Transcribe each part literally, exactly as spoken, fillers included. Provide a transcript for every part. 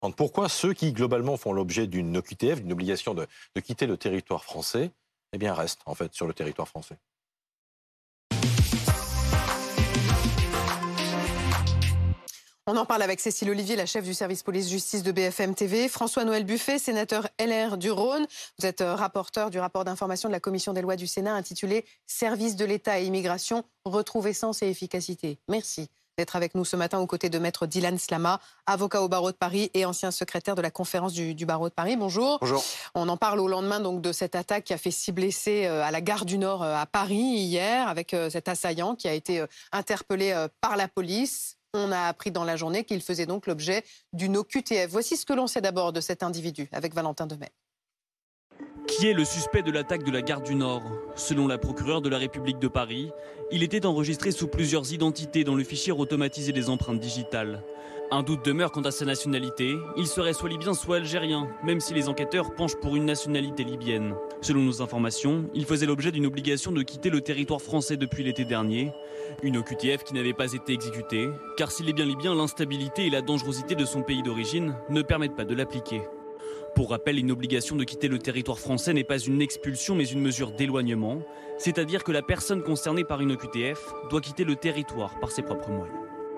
Pourquoi ceux qui, globalement, font l'objet d'une O Q T F, d'une obligation de, de quitter le territoire français, eh bien, restent, en fait, sur le territoire français? On en parle avec Cécile Olivier, la chef du service police-justice de B F M T V. François-Noël Buffet, sénateur L R du Rhône. Vous êtes rapporteur du rapport d'information de la Commission des lois du Sénat intitulé « Service de l'État et immigration, retrouver sens et efficacité ». Merci d'être avec nous ce matin aux côtés de maître Dylan Slama, avocat au barreau de Paris et ancien secrétaire de la conférence du, du barreau de Paris. Bonjour. Bonjour. On en parle au lendemain donc, de cette attaque qui a fait six blessés à la gare du Nord à Paris hier, avec cet assaillant qui a été interpellé par la police. On a appris dans la journée qu'il faisait donc l'objet d'une O Q T F. Voici ce que l'on sait d'abord de cet individu, avec Valentin Demey. Qui est le suspect de l'attaque de la gare du Nord? Selon la procureure de la République de Paris, il était enregistré sous plusieurs identités dans le fichier automatisé des empreintes digitales. Un doute demeure quant à sa nationalité. Il serait soit libyen, soit algérien, même si les enquêteurs penchent pour une nationalité libyenne. Selon nos informations, il faisait l'objet d'une obligation de quitter le territoire français depuis l'été dernier. Une O Q T F qui n'avait pas été exécutée, car s'il est bien libyen, l'instabilité et la dangerosité de son pays d'origine ne permettent pas de l'appliquer. Pour rappel, une obligation de quitter le territoire français n'est pas une expulsion mais une mesure d'éloignement, c'est-à-dire que la personne concernée par une O Q T F doit quitter le territoire par ses propres moyens.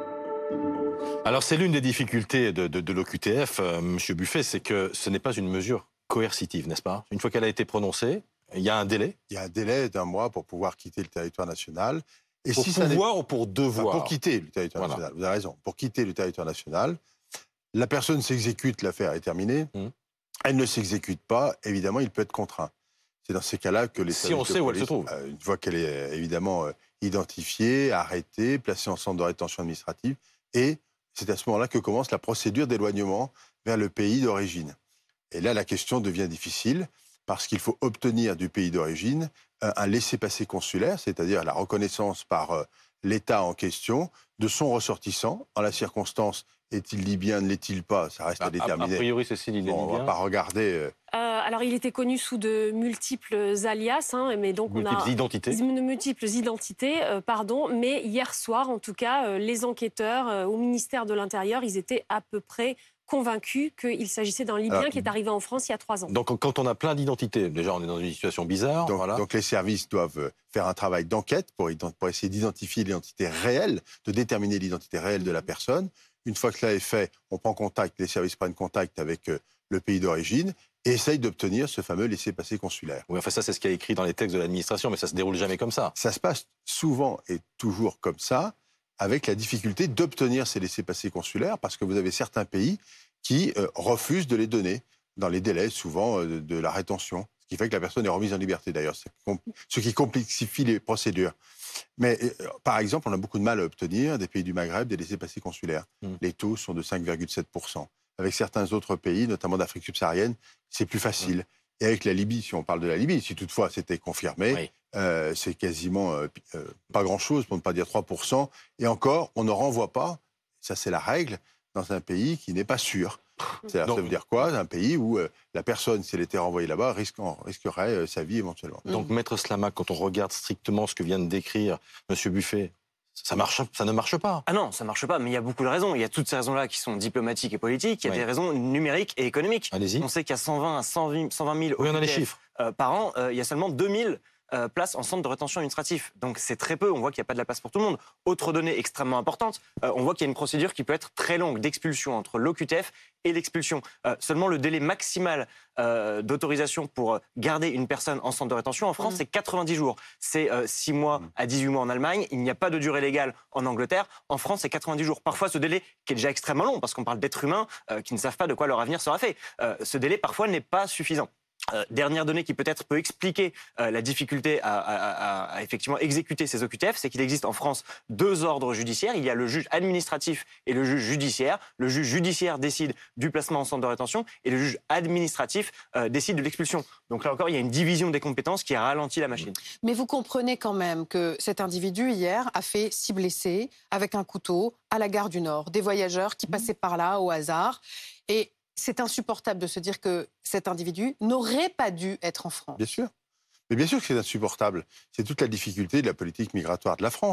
Alors c'est l'une des difficultés de, de, de l'O Q T F, euh, Monsieur Buffet, c'est que ce n'est pas une mesure coercitive, n'est-ce pas? Une fois qu'elle a été prononcée, il y a un délai. Il y a un délai d'un mois pour pouvoir quitter le territoire national. Et pour si pouvoir ou pour devoir? Enfin, pour quitter le territoire voilà. national, vous avez raison. Pour quitter le territoire national, la personne s'exécute, l'affaire est terminée. Mmh. Elle ne s'exécute pas, évidemment, il peut être contraint. C'est dans ces cas-là que les si on sait où police, elle se trouve. Euh, une fois qu'elle est euh, évidemment euh, identifiée, arrêtée, placée en centre de rétention administrative, et c'est à ce moment-là que commence la procédure d'éloignement vers le pays d'origine. Et là, la question devient difficile parce qu'il faut obtenir du pays d'origine un, un laissez-passer consulaire, c'est-à-dire la reconnaissance par euh, l'État en question de son ressortissant. En la circonstance, est-il libyen, ne l'est-il pas? Ça reste bah, à déterminer. A priori, c'est s'il est bon, libyen. On ne va pas regarder... Euh... Euh, alors, il était connu sous de multiples alias, hein, mais donc multiples on a identités. De multiples identités, euh, pardon. Mais hier soir, en tout cas, euh, les enquêteurs euh, au ministère de l'Intérieur, ils étaient à peu près convaincus qu'il s'agissait d'un Libyen alors, qui est arrivé en France il y a trois ans. Donc, quand on a plein d'identités, déjà, on est dans une situation bizarre. Donc, voilà. donc les services doivent faire un travail d'enquête pour, pour essayer d'identifier l'identité réelle, de déterminer l'identité réelle de la personne. Une fois que cela est fait, on prend contact, les services prennent contact avec euh, le pays d'origine et essayent d'obtenir ce fameux laissez-passer consulaire. Oui, enfin ça, c'est ce qui est écrit dans les textes de l'administration, mais ça se déroule jamais comme ça. Ça se passe souvent et toujours comme ça, avec la difficulté d'obtenir ces laissez-passer consulaires, parce que vous avez certains pays qui euh, refusent de les donner dans les délais, souvent, euh, de, de la rétention. Ce qui fait que la personne est remise en liberté, d'ailleurs, ce qui complexifie les procédures. Mais euh, par exemple, on a beaucoup de mal à obtenir des pays du Maghreb des laissez-passer consulaires. Mmh. Les taux sont de cinq virgule sept pour cent. Avec certains autres pays, notamment d'Afrique subsaharienne, c'est plus facile. Mmh. Et avec la Libye, si on parle de la Libye, si toutefois c'était confirmé, oui. euh, c'est quasiment euh, euh, pas grand-chose, pour ne pas dire trois pour cent. Et encore, on ne renvoie pas, ça c'est la règle, dans un pays qui n'est pas sûr. C'est-à-dire, ça veut dire quoi? Un pays où euh, la personne, si elle était renvoyée là-bas, risque, risquerait euh, sa vie éventuellement. Donc, mmh. Maître Slama, quand on regarde strictement ce que vient de décrire M. Buffet, ça, marche, ça ne marche pas. Ah non, ça ne marche pas, mais il y a beaucoup de raisons. Il y a toutes ces raisons-là qui sont diplomatiques et politiques. Il y a oui. des raisons numériques et économiques. Allez-y. On sait qu'il y a cent vingt à cent vingt mille oui, on a les chiffres. Euh, par an. Euh, il y a seulement deux mille Euh, place en centre de rétention administratif. Donc c'est très peu, on voit qu'il n'y a pas de la place pour tout le monde. Autre donnée extrêmement importante, euh, on voit qu'il y a une procédure qui peut être très longue d'expulsion entre l'O Q T F et l'expulsion. Euh, seulement le délai maximal euh, d'autorisation pour garder une personne en centre de rétention en France, mmh. c'est quatre-vingt-dix jours. C'est euh, six mois à dix-huit mois en Allemagne. Il n'y a pas de durée légale en Angleterre. En France, c'est quatre-vingt-dix jours. Parfois, ce délai, qui est déjà extrêmement long, parce qu'on parle d'êtres humains euh, qui ne savent pas de quoi leur avenir sera fait, euh, ce délai, parfois, n'est pas suffisant. Euh, dernière donnée qui peut-être peut expliquer euh, la difficulté à, à, à, à effectivement exécuter ces O Q T F, c'est qu'il existe en France deux ordres judiciaires. Il y a le juge administratif et le juge judiciaire. Le juge judiciaire décide du placement en centre de rétention et le juge administratif euh, décide de l'expulsion. Donc là encore, il y a une division des compétences qui a ralenti la machine. Mais vous comprenez quand même que cet individu, hier, a fait six blessés avec un couteau à la gare du Nord. Des voyageurs qui passaient par là au hasard. Et c'est insupportable de se dire que cet individu n'aurait pas dû être en France. Bien sûr. Mais bien sûr que c'est insupportable. C'est toute la difficulté de la politique migratoire de la France.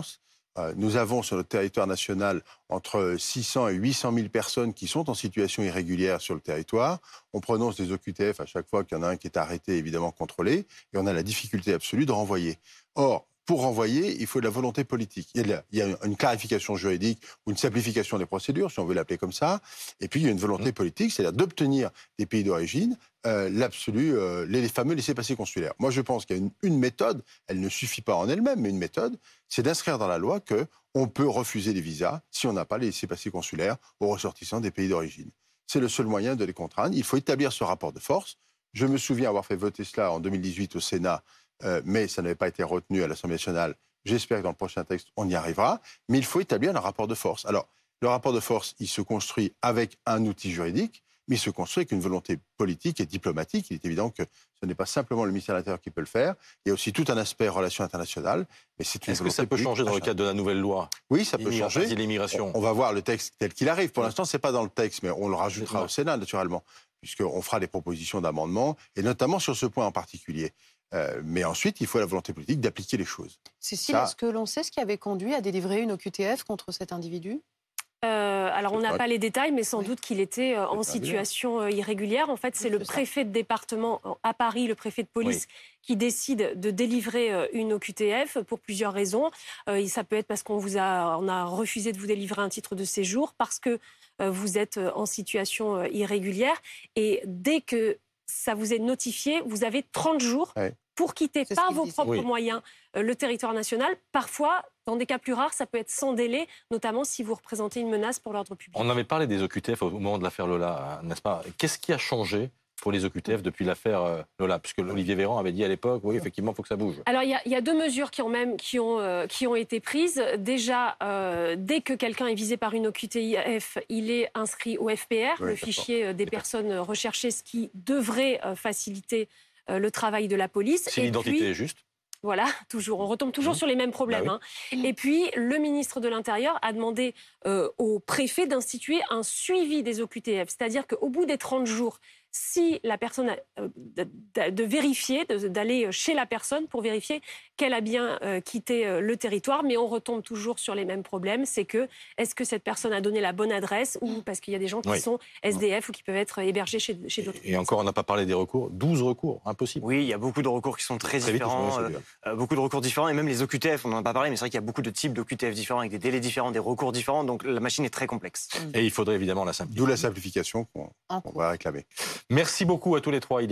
Euh, nous avons sur notre territoire national entre six cents et huit cent mille personnes qui sont en situation irrégulière sur le territoire. On prononce des O Q T F à chaque fois qu'il y en a un qui est arrêté, évidemment contrôlé, et on a la difficulté absolue de renvoyer. Or, pour renvoyer, il faut de la volonté politique. Il y a, de la, il y a une clarification juridique ou une simplification des procédures, si on veut l'appeler comme ça. Et puis, il y a une volonté politique, c'est-à-dire d'obtenir des pays d'origine euh, l'absolu, euh, les, les fameux laissez-passer consulaires. Moi, je pense qu'il y a une, une méthode, elle ne suffit pas en elle-même, mais une méthode, c'est d'inscrire dans la loi qu'on peut refuser les visas si on n'a pas les laissez-passer consulaires aux ressortissants des pays d'origine. C'est le seul moyen de les contraindre. Il faut établir ce rapport de force. Je me souviens avoir fait voter cela en deux mille dix-huit au Sénat, Euh, mais ça n'avait pas été retenu à l'Assemblée nationale. J'espère que dans le prochain texte, on y arrivera. Mais il faut établir un rapport de force. Alors, le rapport de force, il se construit avec un outil juridique, mais il se construit avec une volonté politique et diplomatique. Il est évident que ce n'est pas simplement le ministère de l'Intérieur qui peut le faire. Il y a aussi tout un aspect relations internationales. Mais c'est une Est-ce que ça peut changer dans le cadre de la nouvelle loi? Oui, ça peut changer. L'immigration. On, on va voir le texte tel qu'il arrive. Pour l'instant, ce n'est pas dans le texte, mais on le rajoutera au Sénat, naturellement, puisqu'on fera des propositions d'amendement, et notamment sur ce point en particulier. Euh, mais ensuite, il faut la volonté politique d'appliquer les choses. Cécile, Ça... est-ce que l'on sait ce qui avait conduit à délivrer une O Q T F contre cet individu? Euh, alors, on n'a pas... pas les détails, mais sans oui. doute qu'il était euh, en situation euh, irrégulière. En fait, c'est oui, le c'est préfet de département euh, à Paris, le préfet de police, oui. qui décide de délivrer euh, une O Q T F pour plusieurs raisons. Euh, ça peut être parce qu'on vous a, on a refusé de vous délivrer un titre de séjour, parce que euh, vous êtes en situation euh, irrégulière. Et dès que ça vous est notifié, vous avez trente jours ouais. pour quitter c'est par vos dit. propres oui. moyens euh, le territoire national. Parfois, dans des cas plus rares, ça peut être sans délai, notamment si vous représentez une menace pour l'ordre public. On avait parlé des O Q T F au moment de l'affaire Lola, n'est-ce pas? Qu'est-ce qui a changé pour les O Q T F depuis l'affaire euh, Lola? Puisque Olivier Véran avait dit à l'époque, oui, effectivement, il faut que ça bouge. Alors, il y, y a deux mesures qui ont, même, qui ont, euh, qui ont été prises. Déjà, euh, dès que quelqu'un est visé par une O Q T F, il est inscrit au F P R, oui, le fichier euh, des personnes recherchées, ce qui devrait euh, faciliter euh, le travail de la police. Si l'identité est juste. Voilà, toujours. On retombe toujours mmh. sur les mêmes problèmes. Bah oui. hein. Et puis, le ministre de l'Intérieur a demandé euh, au préfet d'instituer un suivi des O Q T F. C'est-à-dire qu'au bout des trente jours, si la personne a, euh, de, de, de vérifier, de, d'aller chez la personne pour vérifier qu'elle a bien euh, quitté euh, le territoire, mais on retombe toujours sur les mêmes problèmes. C'est que, est-ce que cette personne a donné la bonne adresse, ou parce qu'il y a des gens qui oui. sont S D F ou qui peuvent être hébergés chez, chez d'autres. Et, et encore, on n'a pas parlé des recours. douze recours, impossible. Oui, il y a beaucoup de recours qui sont très, très différents. Vite, euh, beaucoup de recours différents, et même les O Q T F, on n'en a pas parlé, mais c'est vrai qu'il y a beaucoup de types d'O Q T F différents, avec des délais différents, des recours différents, donc la machine est très complexe. Et il faudrait évidemment la simplifier. D'où la simplification qu'on, qu'on va réclamer. Merci beaucoup à tous les trois.